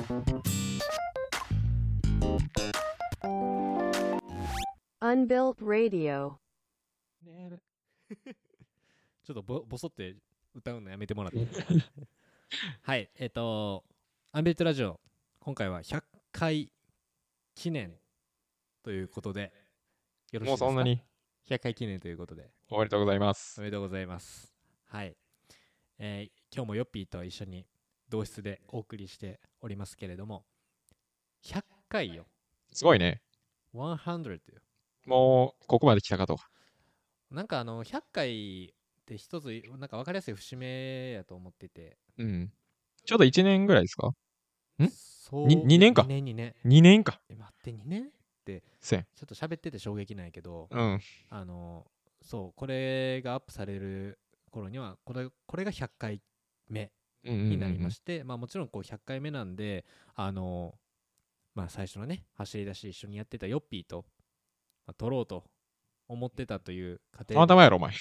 Unbuilt Radio。 ちょっとボソって歌うのやめてもらってはい、アンビルトラジオ、今回は100回記念ということで、よろしいですか？ もうそんなに 100回記念ということで、 おめでとうございまおす。 めでとうございます。はい、今日もヨッピーと一緒に同室でお送りしておりますけれども、100回よ。 すごいね。 100よ。 もうここまで来たかと。 なんか100回って一つなんか分かりやすい節目やと思ってて、 うん。ちょうど1年ぐらいですか？ そう 2年か。 2年2年 2年か。 待って2年ってせん。 ちょっと喋ってて衝撃なんやけど、 うん。 そうこれがアップされる頃にはこれが100回目になりまして、まあもちろんこう100回目なんで、まあ最初のね走り出し一緒にやってたヨッピーと、まあ、撮ろうと思ってたという過程で、 たまたまやろお前。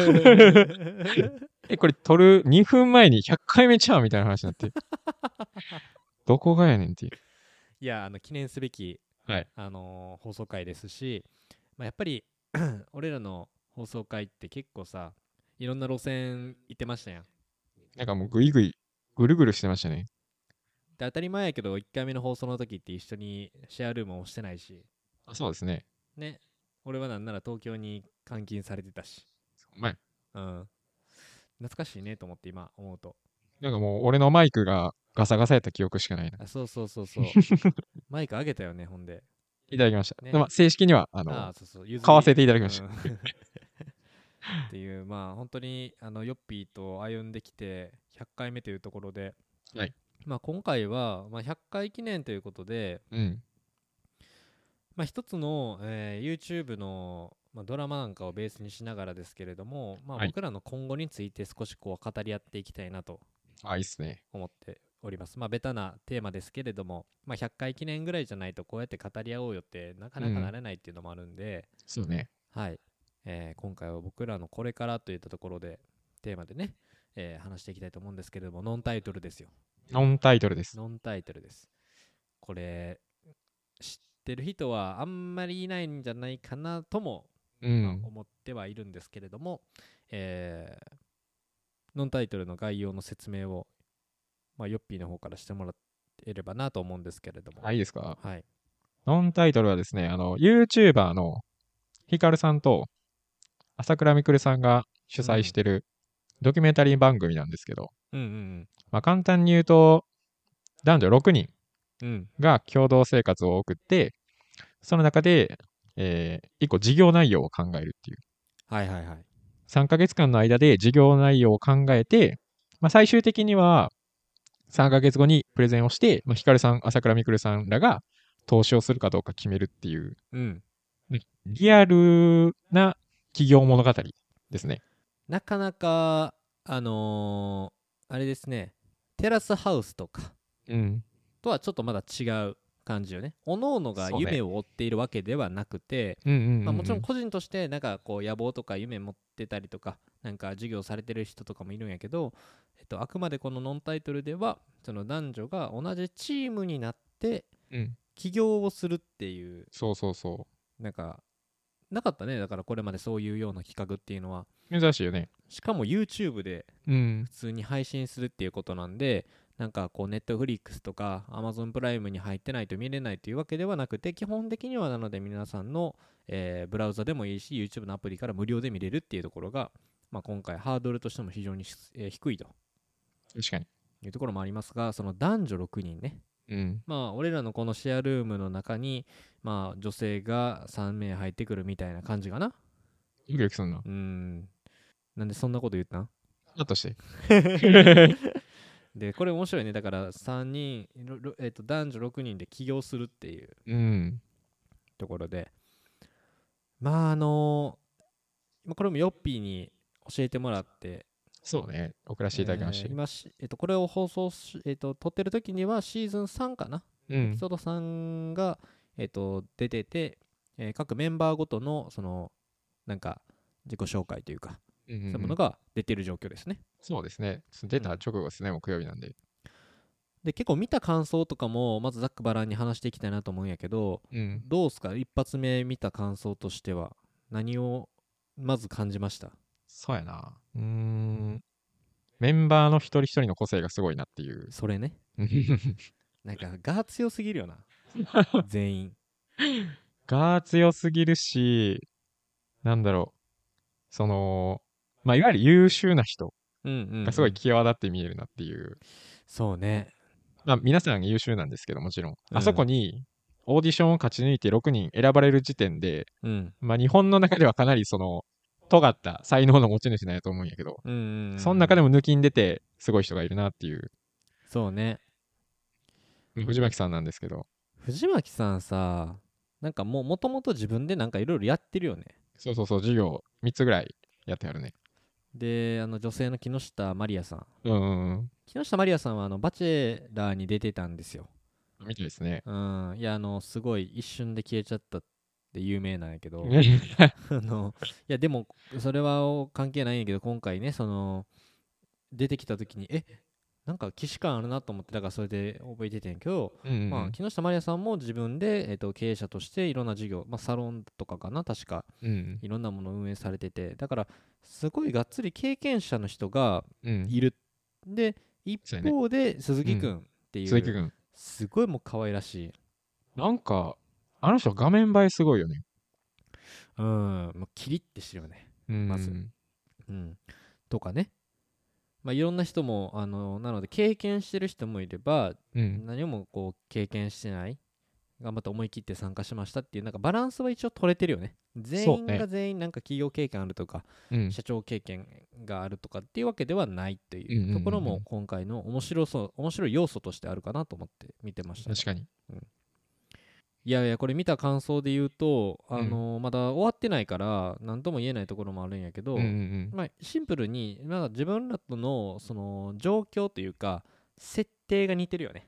これ撮る2分前に100回目ちゃうみたいな話になって。どこがやねんっていう。 いや記念すべき、 はい。 放送回ですし、まあ、やっぱり俺らの放送回って結構さ、いろんな路線行ってましたやん。 なんかもうぐいぐいぐるぐるしてましたね。 で当たり前やけど1回目の放送の時って一緒にシェアルームをしてないしあ、そうですね。 ね。俺はなんなら東京に監禁されてたし、 お前。 懐かしいねと思って今思うと。 なんかもう俺のマイクがガサガサやった記憶しかないな。 そうマイクあげたよね。ほんでいただきました。 ね、 でも正式には買わせていただきました。 っていうまあ本当にヨッピーと歩んできて100回目というところで、 はい。 まあ今回はまあ100回記念ということで、まあ一つの、YouTube の、まあ、ドラマなんかをベースにしながらですけれども、まあ僕らの今後について少しこう語り合っていきたいなといいっすね。 思っております。まあベタなテーマですけれども、まあ100回記念ぐらいじゃないとこうやって語り合おうよってなかなかなれないっていうのもあるんで、 そうね。 はい、今回は僕らのこれからといったところでテーマでね、話していきたいと思うんですけれども、ノンタイトルですよ。 ノンタイトルです。 ノンタイトルです。これ知ってる人はあんまりいないんじゃないかなとも、まあ、思ってはいるんですけれども、ノンタイトルの概要の説明を、まあ、ヨッピーの方からしてもらえればなと思うんですけれども。 いいですか？ はい。 ノンタイトルはですね、YouTuber のヒカルさんと朝倉未来さんが主催してるドキュメンタリー番組なんですけど、まあ簡単に言うと、男女6人が共同生活を送って、その中で、一個事業内容を考えるっていう。3ヶ月間の間で事業内容を考えて、まあ、最終的には3ヶ月後にプレゼンをして、まあ、ヒカルさん、朝倉未来さんらが投資をするかどうか決めるっていう、リアルな企業物語ですね。 なかなかあれですね、テラスハウスとかとはちょっとまだ違う感じよね。おのおのが夢を追っているわけではなくて、もちろん個人としてなんかこう野望とか夢持ってたりとか、なんか授業されてる人とかもいるんやけど、あくまでこのノンタイトルではその男女が同じチームになって起業をするっていう、なんかなかったね。だからこれまでそういうような企画っていうのは珍しいよね。 しかも YouTube で普通に配信するっていうことなんで、なんかこう Netflix とか Amazon プライムに入ってないと見れないというわけではなくて、基本的にはなので皆さんの、ブラウザでもいいし YouTube のアプリから無料で見れるっていうところが、まあ、今回ハードルとしても非常に、低いと確かにいうところもありますが、その男女6人ね、まあ俺らのこのシェアルームの中に、まあ女性が3名入ってくるみたいな感じかな。 ドキドキすんな。 なんでそんなこと言ったん？ だとしてでこれ面白いね。だから3人、男女6人で起業するっていうところで、まあこれもヨッピーに教えてもらって、 そうね、送らせていただきました。 今これを放送撮ってる時にはシーズン3かな、エピソード3が、出てて、各メンバーごとのそのなんか自己紹介というか、そういうものが出てる状況ですね。 そうですね。出た直後ですね、木曜日なんで。 で結構見た感想とかもまずざっくばらんに話していきたいなと思うんやけど、どうすか、一発目見た感想としては何をまず感じました？ そうやな。メンバーの一人一人の個性がすごいなっていう。 それね。なんかが強すぎるよな。全員。 が強すぎるし、なんだろう。まあ、いわゆる優秀な人がすごい際立って見えるなっていう。 そうね。 まあ、皆さん優秀なんですけど、もちろん。あそこにオーディションを勝ち抜いて6人選ばれる時点で、まあ、日本の中ではかなり尖った才能の持ち主なんやと思うんやけど、その中でも抜きん出てすごい人がいるなっていう。 そうね。 藤巻さんなんですけど。 藤巻さんさ、なんかもともと自分でなんかいろいろやってるよね。 そう、授業3つぐらいやってあるね。 で、女性の木下まりやさん。木下まりやさんはバチェラーに出てたんですよ。 みたいですね。 いや、すごい一瞬で消えちゃったって有名なんやけど、いや、でも、それは関係ないんやけど、今回ね、出てきた時に、なんか既視感あるなと思って、だからそれで覚えててんけど、まあ、木下まりやさんも自分で、経営者としていろんな事業、まあ、サロンとかかな、確か、いろんなものを運営されてて、だから、すごいがっつり経験者の人がいる。で、一方で、鈴木くんっていう、すごいもう可愛らしい。 なんか、あの人画面映えすごいよね。 もうキリッてしてるよね。まず。とかね。まあ、いろんな人も、なので経験してる人もいれば、何もこう経験してない、頑張って思い切って参加しましたっていう、なんかバランスは一応取れてるよね。全員が全員なんか企業経験あるとか、社長経験があるとかっていうわけではないというところも今回の面白い要素としてあるかなと思って見てました。 確かに。 いやいや、これ見た感想で言うと、まだ終わってないから何とも言えないところもあるんやけど、まあ、シンプルになんか自分らとのその状況というか設定が似てるよね。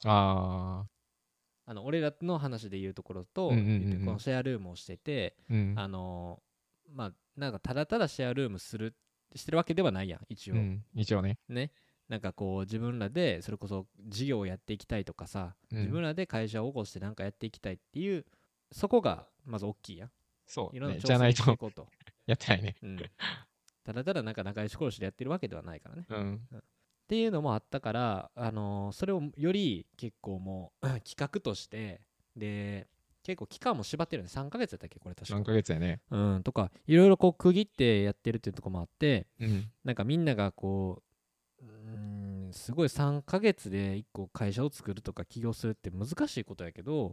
俺らの話で言うところと、このシェアルームをしてて、まあなんかただただシェアルームしてるわけではないやん、一応。 一応ね。 なんかこう自分らでそれこそ事業をやっていきたいとかさ、自分らで会社を起こしてなんかやっていきたいっていう、そこがまず大きいやん。 そう、 いろんな挑戦していこうと。 やってないね。 ただただなんか仲良し殺しでやってるわけではないからね。っていうのもあったから、それをより結構もう企画として、で結構期間も縛ってるよね。3ヶ月だったっけこれ確か。 3ヶ月やね。 とかいろいろこう区切ってやってるっていうところもあって、なんかみんながこうすごい3ヶ月で1個会社を作るとか起業するって難しいことやけど、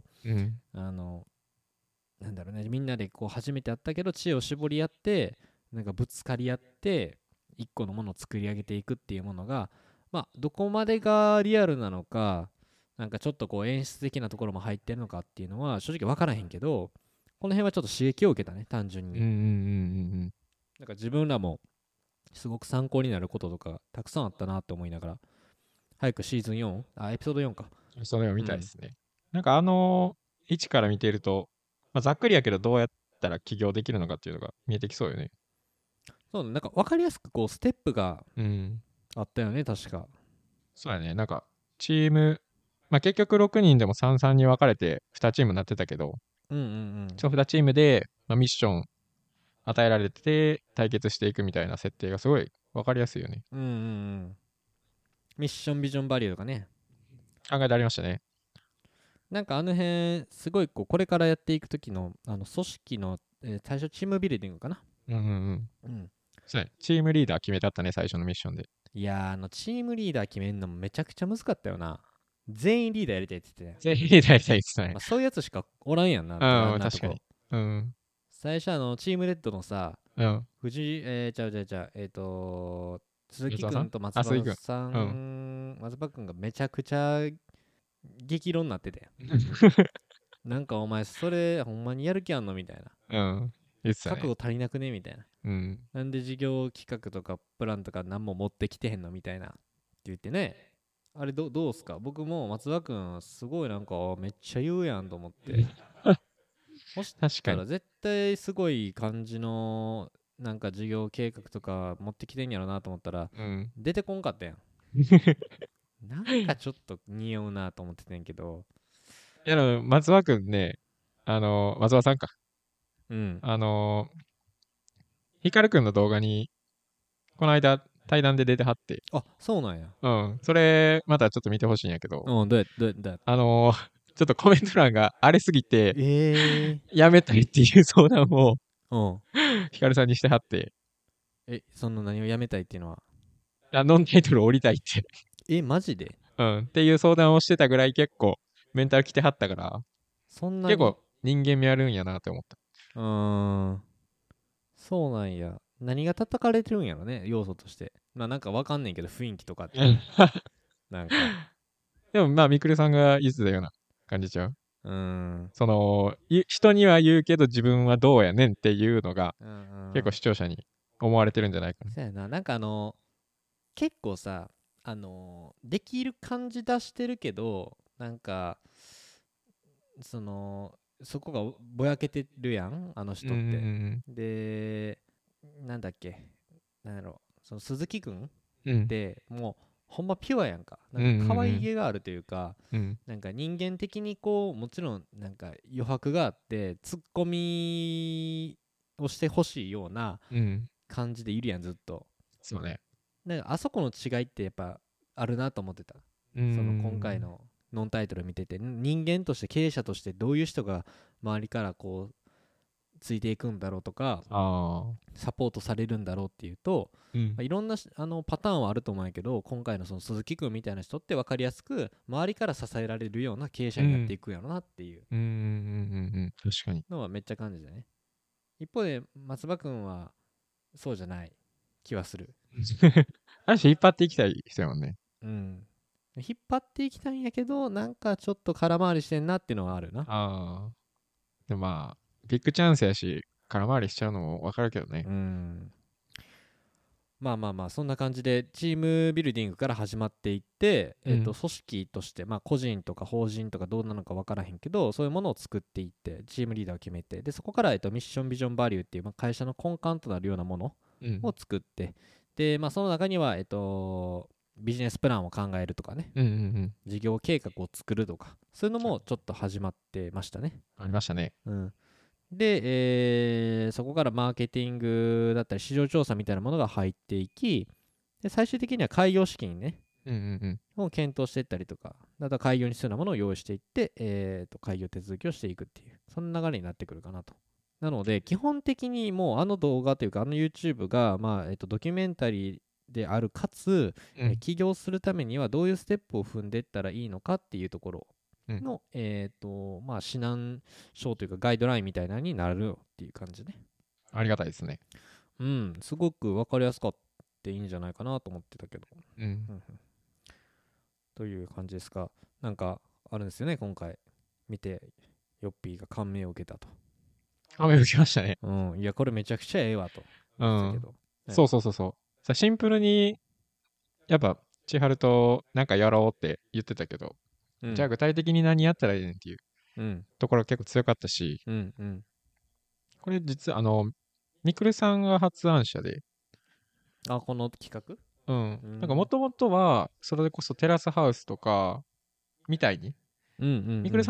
なんだろうね、みんなでこう初めてやったけど知恵を絞り合ってなんかぶつかり合って1個のものを作り上げていくっていうものが、まあどこまでがリアルなのか、なんかちょっとこう演出的なところも入ってるのかっていうのは正直分からへんけど、この辺はちょっと刺激を受けたね、単純に。なんか自分らもすごく参考になることとかたくさんあったなって思いながら、早くシーズン 4？ エピソード4か。 エピソード4みたいですね。なんか位置から見ていると、まあ、ざっくりやけどどうやったら起業できるのかっていうのが見えてきそうよね。 そうね、なんか分かりやすくこうステップがあったよね、確か。 そうやね、なんかチーム、まあ結局6人でも3-3に分かれて2チームになってたけど、その2チームで、まあ、ミッション与えられて対決していくみたいな設定がすごい分かりやすいよね。 ミッションビジョンバリューとかね。 考えてありましたね。 なんか辺すごいこれからやっていく時の組織の、最初チームビルディングかな。 そうね、チームリーダー決めたったね、最初のミッションで。 いやチームリーダー決めるのもめちゃくちゃ難かったよな。全員リーダーやりたいって言ってた。 全員リーダーやりたいって言ってたね。 そういうやつしかおらんやんな。 確かに。 最初チームレッドのさ、藤井、鈴木くんと松葉さん、松葉くんがめちゃくちゃ激論になってて。なんかお前それほんまにやる気あんのみたいな。覚悟足りなくねみたいな。なんで事業企画とかプランとか何も持ってきてへんのみたいな。って言ってね。あれどうすか？僕も松葉くんすごいなんかめっちゃ言うやんと思って。もしたら絶対すごい感じのなんか事業計画とか持ってきてんやろなと思ったら、出てこんかったやん。 なんかちょっと匂うなと思ってたんやけど。 いや、松葉くんね、松葉さんか。 うん。 ヒカルくんの動画に、この間、対談で出てはって。 あ、そうなんや。 うん。それ、またちょっと見てほしいんやけど、 うん、どうや、 ちょっとコメント欄が荒れすぎて、 ええやめたいっていう相談を、 うん。 ヒカルさんにしてはって、 その何をやめたいっていうのは。 ノンタイトル降りたいってマジでうん。っていう相談をしてたぐらい結構、メンタル来てはったから、 そんなに結構人間味あるんやなって思った。 うーん。そうなんや。何が叩かれてるんやろね、要素として。まあなんかわかんねんけど、雰囲気とかって。なんか、 でもまあ、みくるさんが言ってたような感じちゃう。 うーん。 人には言うけど自分はどうやねんっていうのがうんうん。 結構視聴者に思われてるんじゃないかな。 そうやな。なんか結構さ、できる感じ出してるけど、なんか、その、そこがぼやけてるやん、あのうんう人って。 んで、なんだっけ、なんやろ、その鈴木くんっうん。うん。 て、もう、ほんまピュアやんか。なんかうんうん可愛うん。 げがあるというか、 うん。 なんか人間的にこう、もちろんなんか余白があって、ツッコミをしてほしいようなうん。 感じでいるやん、ずっと。 そうね。 なんかあそこの違いってやっぱあるなと思ってた。 うーその今回ん。 のノンタイトル見てて、人間として経営者としてどういう人が周りからこうついていくんだろうとか、 ああ。 サポートされるんだろうっていうと、 うん。 いろんなパターンはあると思うんやけど、今回のその鈴木君みたいな人って分かりやすく周りから支えられるような経営者になってうん。 いくんやろなっていううん。うん。うん。確かに。 のはめっちゃ感じだね。一方で松葉君はそうじゃない気はする。 ある種引っ張っていきたい人やもんね。 うん。引っ張っていきたいんやけど、なんかちょっと空回りしてんなっていうのはあるな。 ああ。でもまあ、ビッグチャンスやし、空回りしちゃうのもわかるけどね。 うん。まあまあまあ、そんな感じで、チームビルディングから始まっていって、 うん。 組織として、まあ個人とか法人とかどうなのか分からへんけど、そういうものを作っていって、チームリーダーを決めて、で、そこから、ミッションビジョンバリューっていう、まあ、会社の根幹となるようなものうん。 を作って、で、まあその中には、ビジネスプランを考えるとかね、 うん。うん。うん。 事業計画を作るとか、そういうのもちょっと始まってましたね。 ありましたね。 うん。で、そこからマーケティングだったり市場調査みたいなものが入っていき、で最終的には開業資金ね、 うん。うん。 を検討していったりとか、だから開業に必要なものを用意していって、開業手続きをしていくっていう、そんな流れになってくるかなと。なので、基本的にもうあの動画というか、あの YouTube が、まあ、ドキュメンタリーである、かつ、 うん。 起業するためにはどういうステップを踏んでいったらいいのかっていうところうん。 の、まあ、指南書というかガイドラインみたいなのになるっていう感じね。 ありがたいですね。 うん、すごく分かりやすかったいいんじゃないかなと思ってたけど。 うん。 うんうん、という感じですが、なんかあるんですよね、今回。見て、ヨッピーが感銘を受けたと。 雨吹きましたね。 うん、いや、これめちゃくちゃええわとうん。 言ってたけど。ね、 そうそうそうそう。シンプルに、やっぱ、千春となんかやろうって言ってたけど、じゃあうん、 具体的に何やったらいいねんっていううん、 ところ結構強かったし、 うん、うん。 これ実はみくるさんが発案者で、 あ、この企画うん。なんかもうん、 ともとは、それこそテラスハウスとか、みたいに、 うん、うん、うん。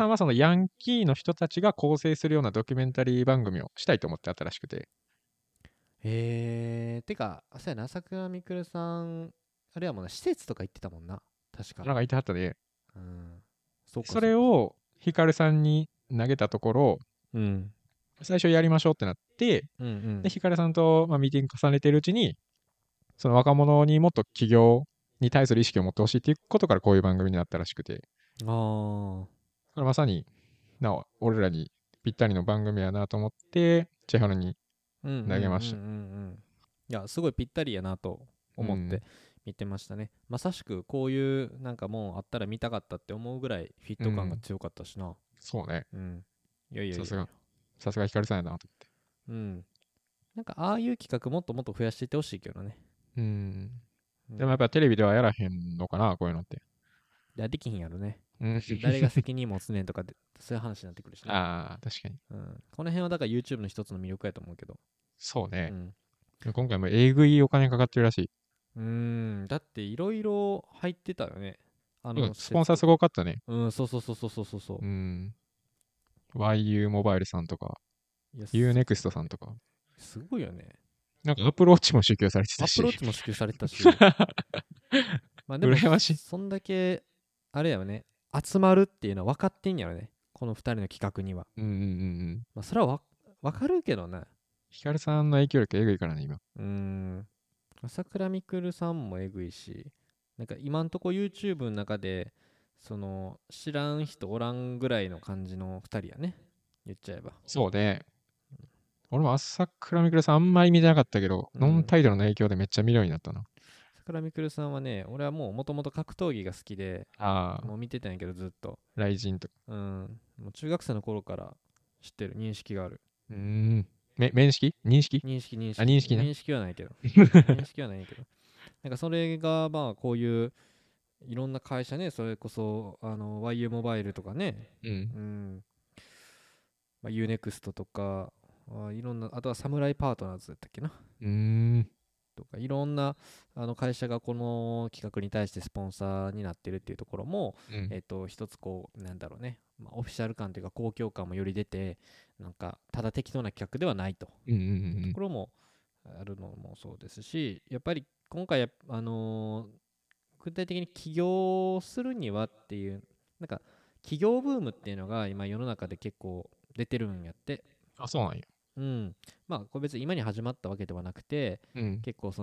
みくるさんはそのヤンキーの人たちが構成するようなドキュメンタリー番組をしたいと思ってあったらしくて。 てか、そうやな、朝倉未来さん、あれはもうな、施設とか行ってたもんな。確か。 なんか言ってはったで、 うん。そっかそそっか。 れをヒカルさんに投げたところ、 うん。 最初やりましょうってなって、 うんうで、 ん。 ヒカルさんと、まあ、ミーティング重ねてるうちに、その若者にもっと起業に対する意識を持ってほしいっていうことからこういう番組になったらしくて、 ああ。 これまさに、俺らにぴったりの番組やなと思って、千春にうんうんうんうんう投げました。 ん。いや、すごいぴったりやなとうん。 思って見てましたね。まさしくこういうなんかもうあったら見たかったって思うぐらいフィット感がうん。 強かったしな。 そうね。 うん。いやいやいやいや。 さすが。さすがヒカルさんやなとうん。なんかああいう企画もっともっと増やしていってほしいけどね。 思って。うん。 うん。 でもやっぱテレビではやらへんのかな、こういうのって。 いや、できひんやろね。 うん。 誰が責任持つねんとかで、そういう話になってくるしな。 ああ、確かに。 うん。この辺はだから YouTube の一つの魅力やと思うけど。 そうね。 うん。 今回もえぐいお金かかってるらしい。 だっていろいろ入ってたよね。 スポンサーすごかったね。 そうそうそうそうそうそう。 YU モバイルさんとか、UNEXT さんとか。 すごいよね。 なんかアップルウォッチも支給されてたし。 アップルウォッチも支給されてたし。まあでも、そんだけ、あれやよね、集まるっていうのは分かってんやろね。この2人の企画には。まあそれは分かるけどな。 ヒカルさんの影響力えぐいからね、今。 朝倉未来さんもえぐいし、なんか今んとこ YouTube の中で、知らん人おらんぐらいの感じの2人やね。言っちゃえば。 そうね。俺も朝倉未来さんあんまり見てなかったけど、ノンタイトルの影響でめっちゃ見るようになったな。 朝倉未来さんはね、俺はもともと格闘技が好きで、もう見てたんやけどずっと。 雷神とか。 もう中学生の頃から知ってる、認識がある。 面識認識認識あ、認識ね。 認識はないけど。認識はないけど。なんかそれがまあこういういろんな会社ね、それこそYU モバイルとかね、まあ、UNEXT とか、いろんな、あとはサムライパートナーズだったっけな。とか、いろんな会社がこの企画に対してスポンサーになってるっていうところも、一つこう、なんだろうね、まあ、オフィシャル感というか公共感もより出て、なんか、ただ適当な企画ではないというところもあるのもそうですし、やっぱり今回、具体的に起業するにはっていう、なんか、起業ブームっていうのが今世の中で結構出てるんやって。 あ、そうなんや。 まあ、これ別に今に始まったわけではなくて、結構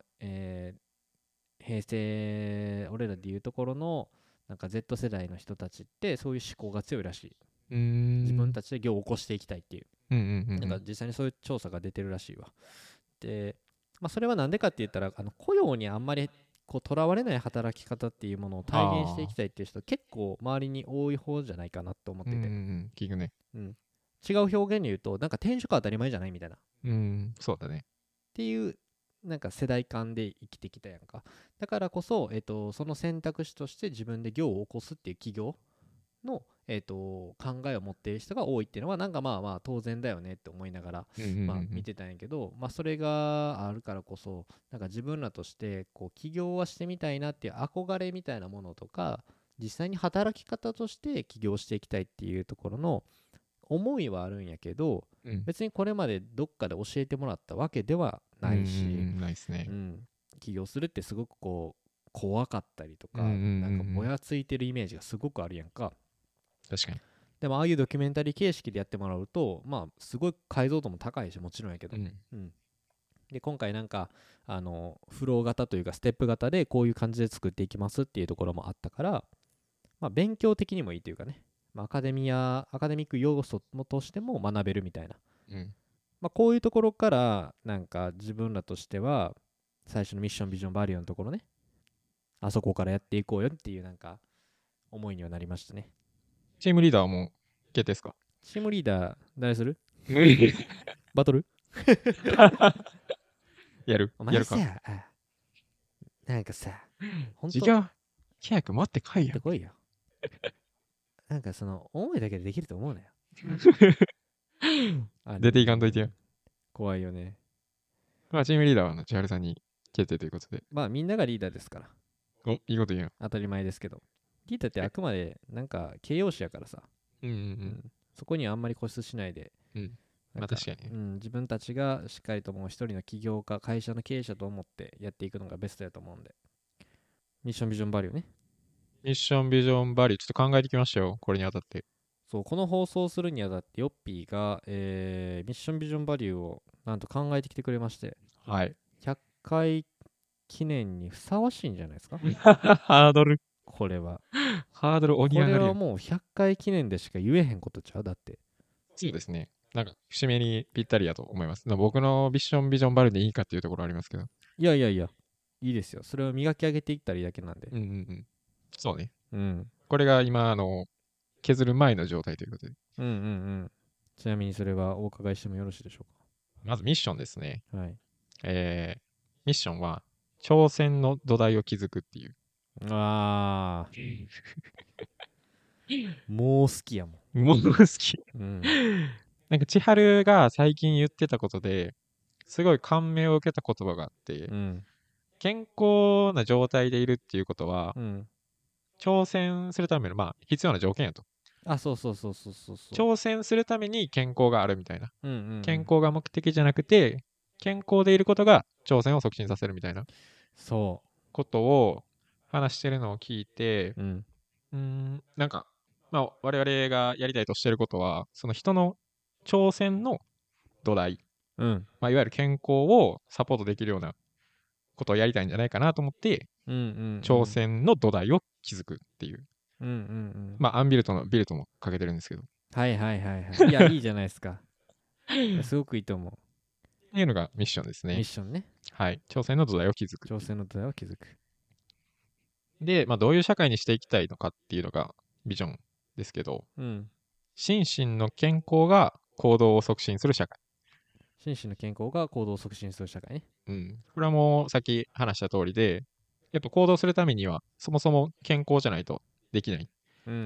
平成、俺らでいうところの、なんか Z 世代の人たちってそういう思考が強いらしい。自分たちで業を起こしていきたいっていう。なんか実際にそういう調査が出てるらしいわ。で、まあ、それはなんでかって言ったら、雇用にあんまりとらわれない働き方っていうものを体現していきたいっていう人結構周りに多い方じゃないかなと思ってて。 聞くね。 違う表現に言うと、なんか転職は当たり前じゃないみたいな。 そうだね。 っていうなんか世代間で生きてきたやんか。だからこそ、その選択肢として自分で業を起こすっていう企業の、考えを持っている人が多いっていうのはなんかまあまあ当然だよねって思いながら、まあ、見てたんやけど、まあ、それがあるからこそなんか自分らとしてこう起業はしてみたいなっていう憧れみたいなものとか実際に働き方として起業していきたいっていうところの思いはあるんやけど、別にこれまでどっかで教えてもらったわけではないし、 ないですね。 起業するってすごくこう怖かったりとか、なんかぼやついてるイメージがすごくあるやんか。 確かに。 でもああいうドキュメンタリー形式でやってもらうと、まあすごい解像度も高いしもちろんやけど、で今回なんかフロー型というかステップ型でこういう感じで作っていきますっていうところもあったから、まあ勉強的にもいいというかね、まあ、アカデミック要素としても学べるみたいな、まあ、こういうところからなんか自分らとしては最初のミッションビジョンバリューのところね、あそこからやっていこうよっていうなんか思いにはなりましたね。 チームリーダーはもう決定ですか？ チームリーダー誰する？バトルやるか。 なんかさ、 本当授業契約待ってこいよ。 待ってこいよ。なんか思いだけでできると思うなよ。 出ていかんといてよ。 怖いよね。 まあ、チームリーダーは千春さんに決定ということで。 まあ、みんながリーダーですから。 いいこと言うよ。 当たり前ですけど。リーダーってあくまで、なんか、形容詞やからさ。そこにはあんまり固執しないで。 まあ確かに、 自分たちがしっかりともう一人の起業家、会社の経営者と思ってやっていくのがベストやと思うんで。ミッションビジョンバリューね。 ミッションビジョンバリュー、ちょっと考えてきましたよ。これにあたって。 そう、この放送するにあたって、ヨッピーが、ミッションビジョンバリューをなんと考えてきてくれまして。 はい。 100回記念にふさわしいんじゃないですか？ ハードル。 これは。 ハードル鬼上がり。 これはもう100回記念でしか言えへんことちゃう？だって。 そうですね。なんか、節目にぴったりやと思います。僕のミッションビジョンバリューでいいかっていうところありますけど。 いや、いいですよ。それを磨き上げていったらいいだけなんで。 そうね。これが今、削る前の状態ということで。 ちなみにそれはお伺いしてもよろしいでしょうか。 まずミッションですね。 はい。 ミッションは、挑戦の土台を築くっていう。 あもう好きやもん。もう好き。なんか千春が最近言ってたことですごい感銘を受けた言葉があって、健康な状態でいるっていうことは、 挑戦するための、必要な条件やと。 そう。 挑戦するために健康があるみたいな。 うん。 健康が目的じゃなくて、健康でいることが挑戦を促進させるみたいな。ことを話してるのを聞いて、なんか、我々がやりたいとしてることは、その人の挑戦の土台、いわゆる健康をサポートできるようなことをやりたいんじゃないかなと思って、挑戦の土台を築くっていう。アンビルトのビルトもかけてるんですけど。 はい。いや、いいじゃないですか。すごくいいと思う。 っていうのがミッションですね。 ミッションね。 はい。挑戦の土台を築く。 挑戦の土台を築く。 で、どういう社会にしていきたいのかっていうのがビジョンですけど、心身の健康が行動を促進する社会。 心身の健康が行動を促進する社会ね。これはもうさっき話した通りで、やっぱ行動するためにはそもそも健康じゃないとできない。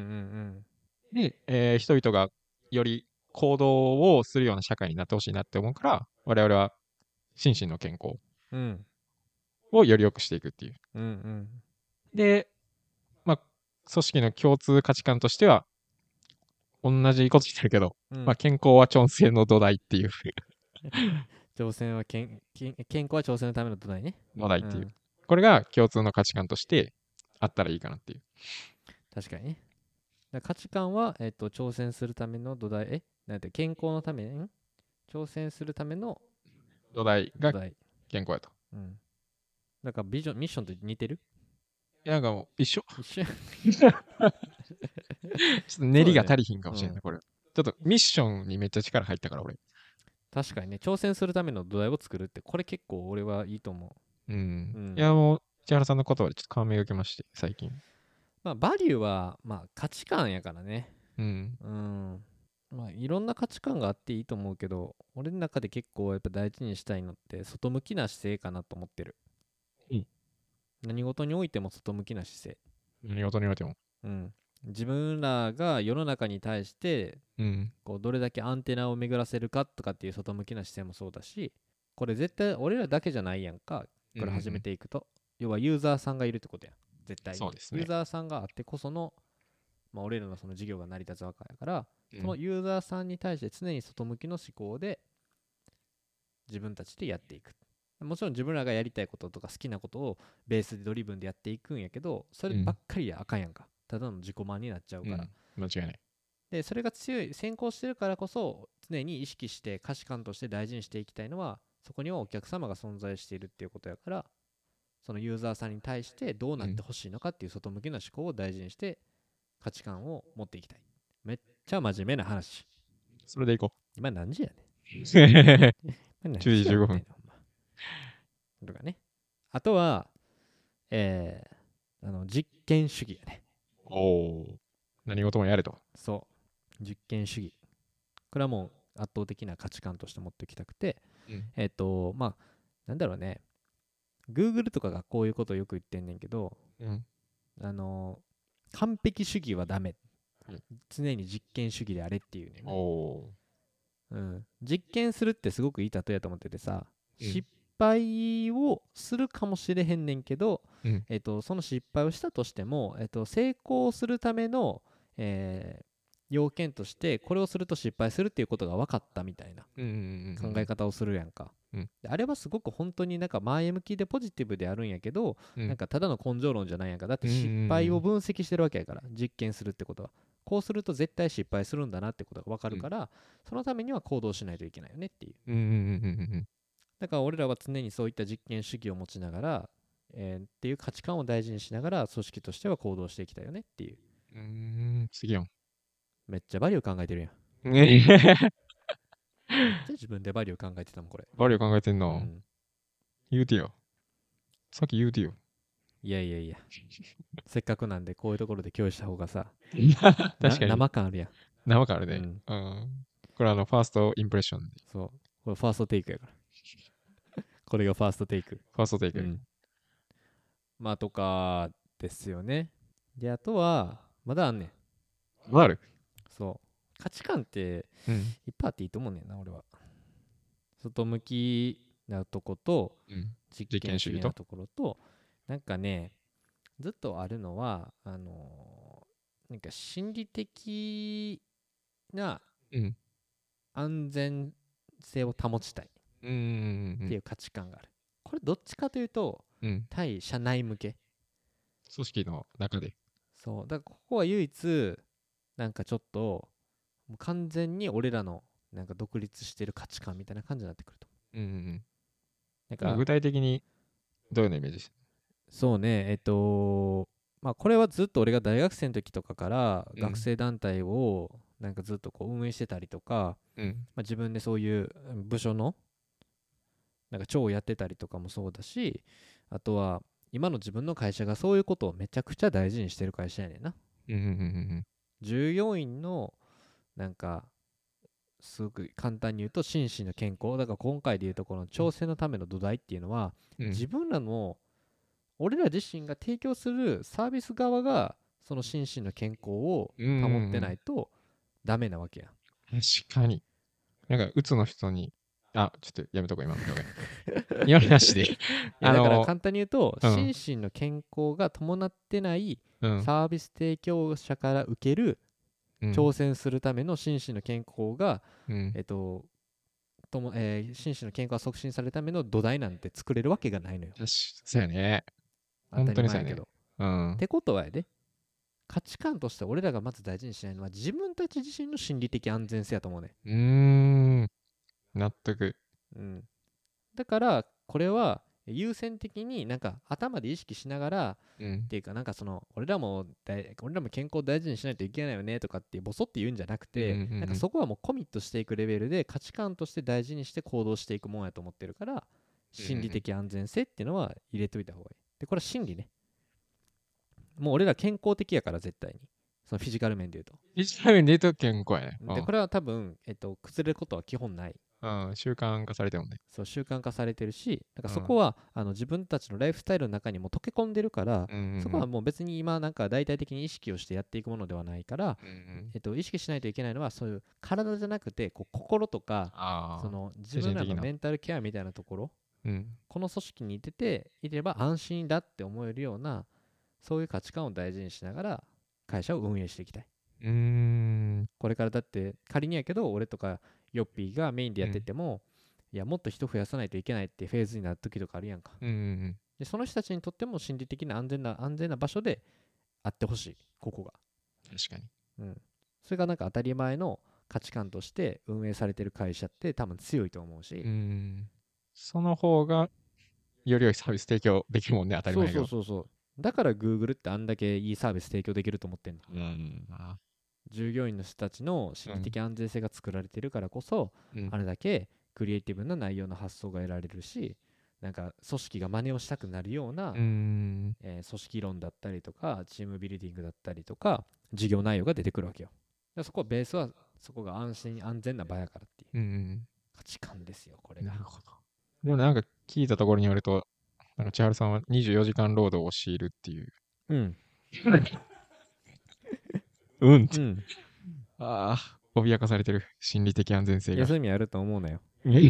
で、人々がより行動をするような社会になってほしいなって思うから、我々は心身の健康をより良くしていくっていう。で、組織の共通価値観としては、同じこと言ってるけど、健康は挑戦の土台っていう健康は挑戦のための土台ね。 土台っていう。これが共通の価値観としてあったらいいかなっていう。 確かにね。価値観は、挑戦するための土台、なんて健康のために、挑戦するための土台が健康やと。 なんかミッションと似てる？ いや、なんかもう一緒ちょっと練りが足りひんかもしれんない、これ。ちょっとミッションにめっちゃ力入ったから、俺。 確かにね、挑戦するための土台を作るって、これ結構俺はいいと思う。いや、もう、千原さんの言葉でちょっと感銘が受けまして、最近。 バリューは、価値観やからね。いろんな価値観があっていいと思うけど、俺の中で結構やっぱ大事にしたいのって、外向きな姿勢かなと思ってる。何事においても外向きな姿勢。 何事においても。 自分らが世の中に対して、こうどれだけアンテナを巡らせるかとかっていう外向きな姿勢もそうだし、これ絶対俺らだけじゃないやんか、これ始めていくと。要はユーザーさんがいるってことやん、絶対に。 そうですね。 ユーザーさんがあってこその、俺らのその事業が成り立つわけやから、そのユーザーさんに対して常に外向きの思考で自分たちでやっていく。もちろん自分らがやりたいこととか好きなことをベースでドリブンでやっていくんやけど、そればっかりやあかんやんか。ただの自己満になっちゃうから。 間違いない。 で、それが先行してるからこそ、常に意識して価値観として大事にしていきたいのは、そこにはお客様が存在しているっていうことやから、そのユーザーさんに対してどうなってほしいのかっていう外向きな思考を大事にして価値観を持っていきたい。めっちゃ真面目な話。 それでいこう。 今何時やねん。 10時15分。 とかね。あとは、実験主義やね。 何事もやれと。 そう。実験主義。これはもう圧倒的な価値観として持っておきたくて、なんだろうね。Google とかがこういうことをよく言ってんねんけど、完璧主義はダメ。常に実験主義であれっていうね。実験するってすごくいい例えやと思っててさ、失敗をするかもしれへんねんけど、その失敗をしたとしても、成功するための、要件としてこれをすると失敗するっていうことが分かったみたいな考え方をするやんか。であれはすごく本当になんか前向きでポジティブであるんやけど、なんかただの根性論じゃないやんか。だって失敗を分析してるわけやから、実験するってことは。こうすると絶対失敗するんだなってことが分かるから、そのためには行動しないといけないよねっていう。だから俺らは常にそういった実験主義を持ちながら、っていう価値観を大事にしながら組織としては行動していきたいよねっていう。 すげえやん。 めっちゃバリュー考えてるやん。めっちゃ自分でバリュー考えてたもんこれ。 バリュー考えてんの、言うてよ。さっき言うてよ。 いやせっかくなんでこういうところで共有した方がさ確かに生感あるやん。 生感あるね。これファーストインプレッションで。 そう。これファーストテイクやから。これがファーストテイク。 ファーストテイク。 とかですよね。で、あとは、まだあんねん。 まだある？ そう。価値観って、いっぱいあっていいと思うねんな、俺は。外向きなとこと、実験主義なところと、なんかね、 ずっとあるのはなんか心理的な安全性を保ちたいっていう価値観がある。これどっちかというと、対社内向け、 組織の中で。 そうだからここは唯一なんかちょっともう完全に俺らのなんか独立してる価値観みたいな感じになってくると。 なんか具体的にどういうのイメージして？ そうね、まあこれはずっと俺が大学生の時とかから学生団体をなんかずっとこう運営してたりとか、まあ、自分でそういう部署のなんか長をやってたりとかもそうだし、あとは今の自分の会社がそういうことをめちゃくちゃ大事にしてる会社やねんな。従業員のなんかすごく簡単に言うと心身の健康だから、今回で言うとこの調整のための土台っていうのは、自分らの俺ら自身が提供するサービス側がその心身の健康を保ってないとダメなわけや。 確かに。なんかうつの人にちょっとやめとこう今の表現。今なしで。いやだから簡単に言うと、心身の健康が伴ってないサービス提供者から受ける挑戦するための心身の健康が、心身の健康が促進されるための土台なんて作れるわけがないのよ。 そうやね。本当にそうやね。 ってことはやで、価値観として俺らがまず大事にしないのは自分たち自身の心理的安全性やと思うね。 納得。 だからこれは優先的になんか頭で意識しながら、っていうかなんかその俺らも健康を大事にしないといけないよねとかってボソって言うんじゃなくて、なんかそこはもうコミットしていくレベルで価値観として大事にして行動していくもんやと思ってるから、心理的安全性っていうのは入れといた方がいい。でこれは心理ね。もう俺ら健康的やから絶対に。そのフィジカル面で言うと。 フィジカル面で言うと健康やね。 でこれは多分、崩れることは基本ない。 習慣化されてるもんね。 そう習慣化されてるし、だからそこは、自分たちのライフスタイルの中にも溶け込んでるから、そこはもう別に今なんか大体的に意識をしてやっていくものではないから、意識しないといけないのはそういう体じゃなくてこう心とかその自分らのメンタルケアみたいなところ、この組織にいれば安心だって思えるようなそういう価値観を大事にしながら会社を運営していきたい。これからだって仮にやけど俺とかヨッピーがメインでやってても、いやもっと人増やさないといけないってフェーズになる時とかあるやんか。でその人たちにとっても心理的な安全な場所であってほしい、ここが。 確かに。 それがなんか当たり前の価値観として運営されてる会社って多分強いと思うし、 その方がより良いサービス提供できるもんね、当たり前だけど。 そうだから Google ってあんだけいいサービス提供できると思ってんの。従業員の人たちの心理的安全性が作られてるからこそ、あれだけクリエイティブな内容の発想が得られるし、なんか組織が真似をしたくなるような、組織論だったりとかチームビルディングだったりとか事業内容が出てくるわけよ。そこはベースはそこが安心安全な場やからっていう価値観ですよ、これが。 なるほど。でもなんか聞いたところによると、なんか千春さんは24時間労働を強いるっていう。ああ、脅かされてる。心理的安全性が。 休みあると思うなよ。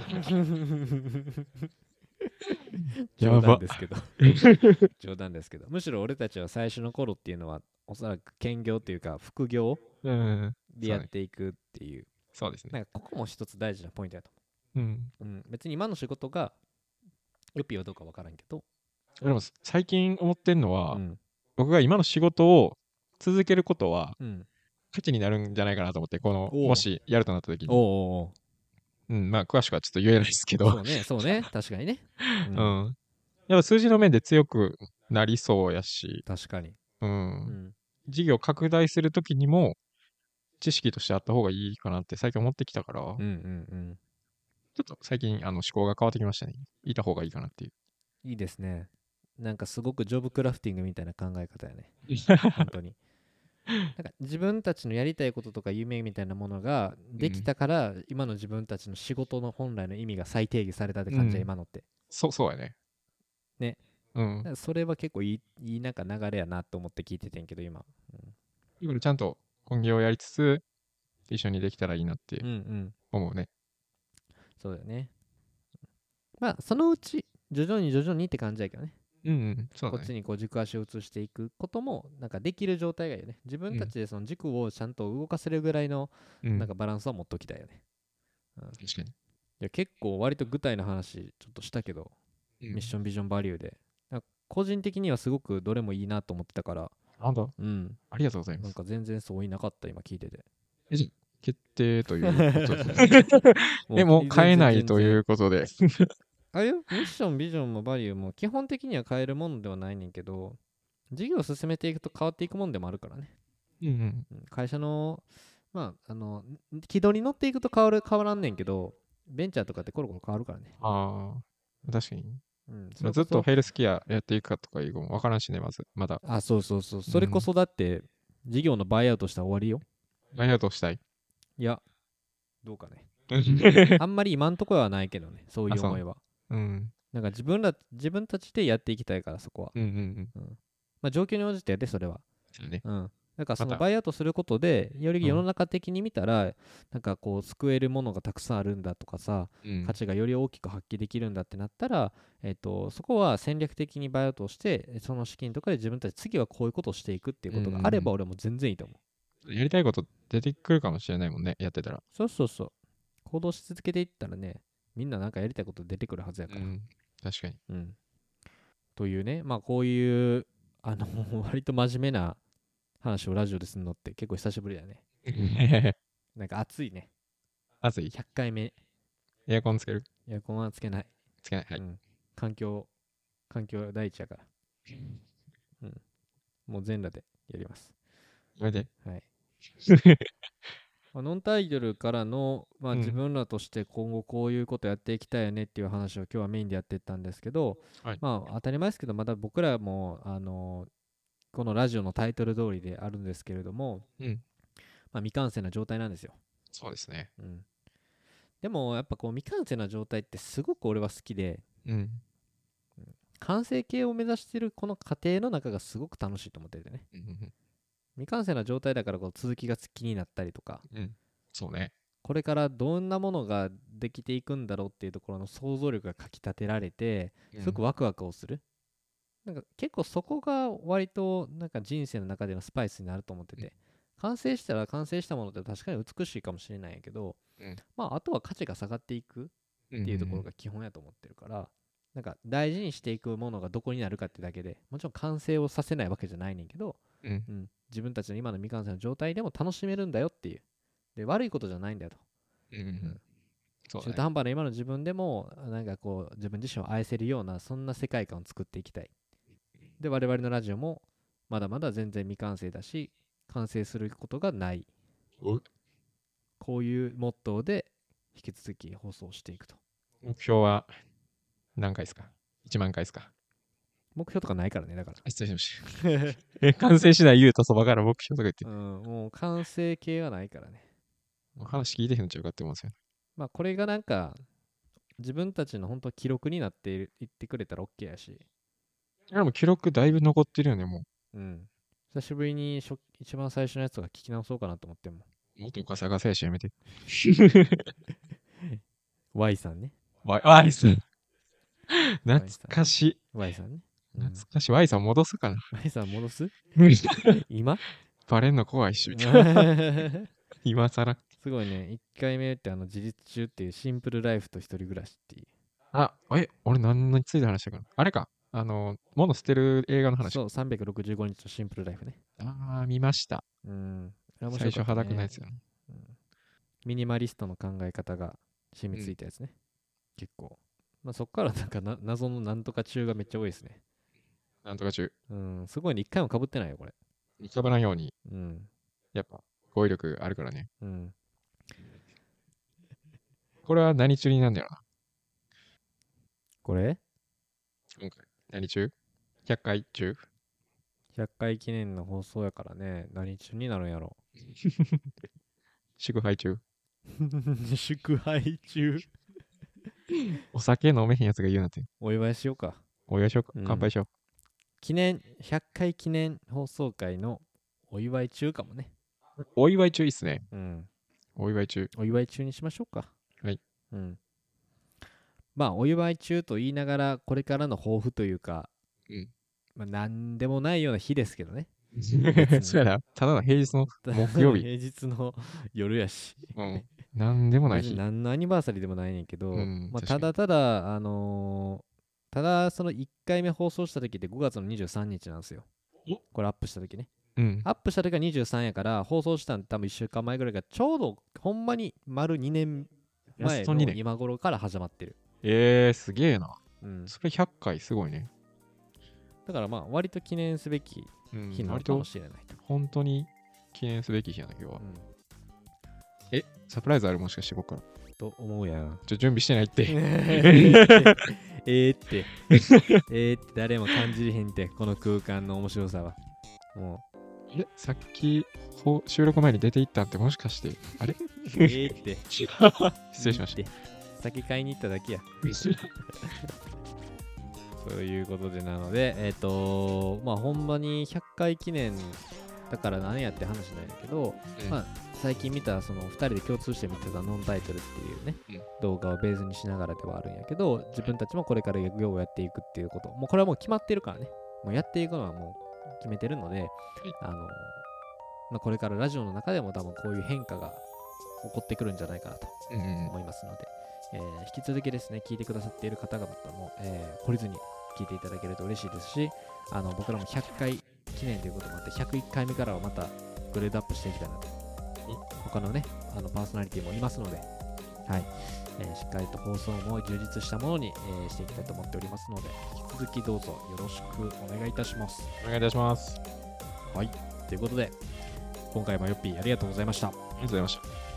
冗談ですけど冗談ですけど、むしろ俺たちは最初の頃っていうのはおそらく兼業っていうか副業でやっていくっていう、 そうですね。 なんかここも一つ大事なポイントだと思う。別に今の仕事がよっぴーはどうか分からんけど、 でも最近思ってんのは、僕が今の仕事を続けることは価値になるんじゃないかなと思って、もしやるとなった時に。まあ詳しくはちょっと言えないですけど。 そうね、確かにね。 やっぱ数字の面で強くなりそうやし、 確かに。 事業拡大するときにも知識としてあった方がいいかなって最近思ってきたから、ちょっと最近思考が変わってきましたね。いた方がいいかなっていう。 いいですね。なんかすごくジョブクラフティングみたいな考え方やね。本当に。なんか自分たちのやりたいこととか夢みたいなものができたから、今の自分たちの仕事の本来の意味が再定義されたって感じや、今のって。 そうやね。 ね。それは結構いいなんか流れやなと思って聞いててんけど、今。 ちゃんと本業をやりつつ、一緒にできたらいいなって思うね。 そうだよね。まあ、そのうち、徐々にって感じやけどね。 そうだね、 こっちにこう軸足を移していくこともなんかできる状態がいいよね。自分たちでその軸をちゃんと動かせるぐらいのなんかバランスは持っときたいよね。 確かに。いや結構割と具体の話ちょっとしたけど、ミッションビジョンバリューで個人的にはすごくどれもいいなと思ってたから。 ありがとうございます。 なんか全然そういなかった今聞いてて。 決定ということでもう変えないということであれよ、ミッションビジョンもバリューも基本的には変えるものではないねんけど、事業を進めていくと変わっていくもんでもあるからね。会社の軌道に乗っていくと変わらんねんけど、ベンチャーとかってコロコロ変わるからね。 確かに。ずっとヘルスケアやっていくかとかいうのも分からんしね、まだ。 そう。それこそだって、事業のバイアウトしたら終わりよ。 バイアウトしたい。 いや、どうかね。あんまり今んところはないけどね、そういう思いは。なんか自分たちでやっていきたいから、そこは。状況に応じてやで、それは。だからそのバイアウトすることでより世の中的に見たら、なんかこう救えるものがたくさんあるんだとかさ、価値がより大きく発揮できるんだってなったら、そこは戦略的にバイアウトをしてその資金とかで自分たち次はこういうことをしていくっていうことがあれば俺も全然いいと思う。やりたいこと出てくるかもしれないもんね、やってたら。 そう行動し続けていったらね、みんななんかやりたいこと出てくるはずやから。 確かに。 というね、こういう割と真面目な話をラジオでするのって結構久しぶりだね。なんか暑いね。 暑い ?100 回目。 エアコンつける？ エアコンはつけない。 つけない。はい。 環境第一やから。もう全裸でやります。 はい。 ノンタイトルからの、自分らとして今後こういうことやっていきたいよねっていう話を今日はメインでやっていったんですけど、当たり前ですけど、まだ僕らもこのラジオのタイトル通りであるんですけれども、未完成な状態なんですよ。 そうですね。 でもやっぱこう未完成な状態ってすごく俺は好きで、完成形を目指してるこの過程の中がすごく楽しいと思っててね。未完成な状態だからこう続きが気になったりとか、 そうね。 これからどんなものができていくんだろうっていうところの想像力がかきたてられて、すごくワクワクをする。なんか結構そこが割となんか人生の中でのスパイスになると思ってて、完成したら完成したものって確かに美しいかもしれないんやけど、あとは価値が下がっていくっていうところが基本やと思ってるから、なんか大事にしていくものがどこになるかってだけで、もちろん完成をさせないわけじゃないねんけど、自分たちの今の未完成の状態でも楽しめるんだよっていう。で、悪いことじゃないんだよと。中途半端な今の自分でもなんかこう自分自身を愛せるようなそんな世界観を作っていきたい。で、我々のラジオもまだまだ全然未完成だし、完成することがない。こういうモットーで引き続き放送していくと。 目標は何回ですか？ 1 万回ですか？ 目標とかないからね、だから。 失礼しました。完成しない言うとそばから目標とか言って。 もう完成形はないからね。 話聞いてへんのちゃうかって思うんですよ。 これがなんか自分たちの本当記録になっていってくれたら OK やし。 でも記録だいぶ残ってるよね、もう。久しぶりに一番最初のやつとか聞き直そうかなと思っても。 もっとガサガサやしやめて。 Y さんね。 Y さん。懐かしい。 Y さんね。 懐かしい。Y さん戻すかな？ Y さん戻す今バレんの怖いし、みたいな。今更。 すごいね。1回目って自立中っていうシンプルライフと一人暮らしっていう。 俺何について話したかな？あれか。物捨てる映画の話。 そう、365日のシンプルライフね。 見ました。最初裸なやつよね。 ミニマリストの考え方が染みついたやつね。結構。そっからなんか謎のなんとか中がめっちゃ多いですね。 なんとか中。 すごいね。一回も被ってないよ、これ。 被らんように。やっぱ、語彙力あるからね。これは何中になんだよな。 これ今回。何中 ?100 回中 ?100 回記念の放送やからね。何中になるんやろ。 祝杯中。 祝杯中。 お酒飲めへんやつが言うなって。 お祝いしようか。 お祝いしようか。乾杯しよう。 100回記念放送会のお祝い中かもね。 お祝い中いいっすね。 お祝い中にしましょうか。 はい。 お祝い中と言いながら、これからの抱負というか、 まあ、なんでもないような日ですけどね。 そうやな。ただの平日の木曜日。 平日の夜やし。 なんでもない日。 何のアニバーサリーでもないねんけど、まあ、ただただ、ただその1回目放送した時って5月の23日なんですよ。これアップした時ね。アップした時が23やから、放送したん多分1週間前ぐらいがちょうどほんまに丸2年前の今頃から始まってる。 すげえな。それ100回すごいね。 だからまあ割と記念すべき日なのかもしれないと。 本当に記念すべき日やな、今日は。サプライズあるもしかしてここから。 と思うやん。 準備してないって。 って誰も感じれへんって、この空間の面白さは。もう。さっき収録前に出て行ったってもしかして、あれって失礼しました。 先買いに行っただけや。ということでなので、まあほんまに100回記念だから何やって話なんやけど、まあ最近見たその2人で共通して見てたノンタイトルっていうね、動画をベースにしながらではあるんやけど、自分たちもこれから業をやっていくっていうこと、もうこれはもう決まってるからね、もうやっていくのはもう決めてるので、まあ、これからラジオの中でも多分こういう変化が起こってくるんじゃないかなと思いますので、引き続きですね、聞いてくださっている方々も、懲りずに聞いていただけると嬉しいですし、僕らも100回記念ということもあって101回目からはまたグレードアップしていきたいなと。他のねパーソナリティもいますので、はいしっかりと放送も充実したものに、していきたいと思っておりますので、引き続きどうぞよろしくお願いいたします。 お願いいたします。 はい、ということで今回もヨッピーありがとうございました。ありがとうございました。